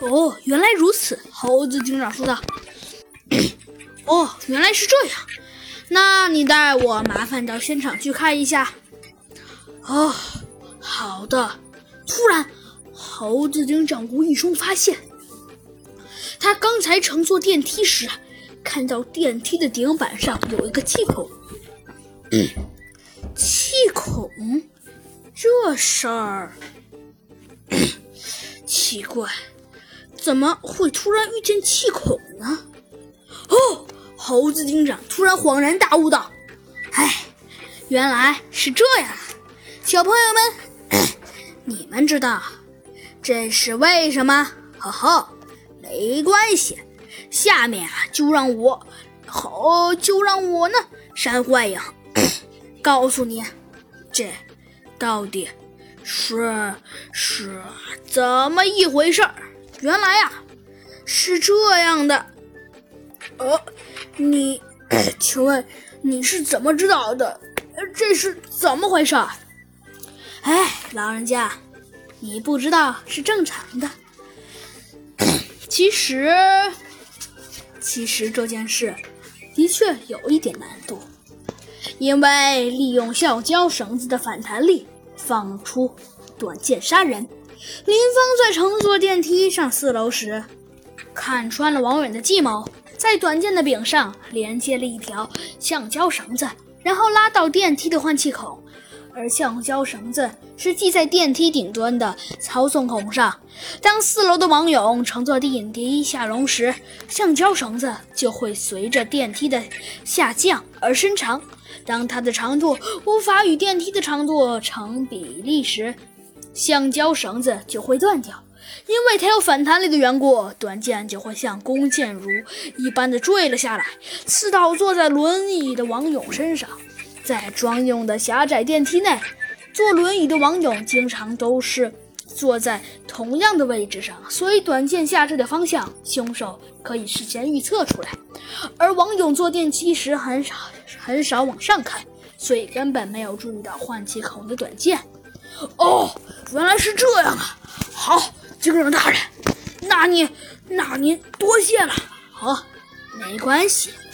哦，原来如此，猴子警长说道。哦，原来是这样，那你带我麻烦到现场去看一下。哦，好的。突然，猴子警长无意中发现，他刚才乘坐电梯时，看到电梯的顶板上有一个气孔。气孔？这事儿奇怪，怎么会突然遇见气孔呢？哦，猴子警长突然恍然大悟道：“哎，原来是这样啊！小朋友们，你们知道这是为什么？呵呵，没关系，下面啊就让我呢，山幻影告诉你，这到底是怎么一回事儿？原来啊是这样的。请问你是怎么知道的？这是怎么回事？哎，老人家，你不知道是正常的。其实这件事的确有一点难度，因为利用橡胶绳子的反弹力放出短剑杀人。林芳在乘坐电梯上4楼时，看穿了王远的计谋，在短剑的柄上连接了一条橡胶绳子，然后拉到电梯的换气孔，而橡胶绳子是系在电梯顶端的操纵孔上。当4楼的王勇乘坐电梯下楼时，橡胶绳子就会随着电梯的下降而伸长。当它的长度无法与电梯的长度成比例时，橡胶绳子就会断掉。因为它有反弹力的缘故，短剑就会像弓箭如一般的坠了下来，刺到坐在轮椅的王勇身上。在专用的狭窄电梯内，坐轮椅的王勇经常都是坐在同样的位置上，所以短剑下坠的方向，凶手可以事先预测出来。而王勇坐电梯时很少往上看，所以根本没有注意到换气孔的短剑。哦，原来是这样啊！好，警长大人，那您多谢了。好，没关系。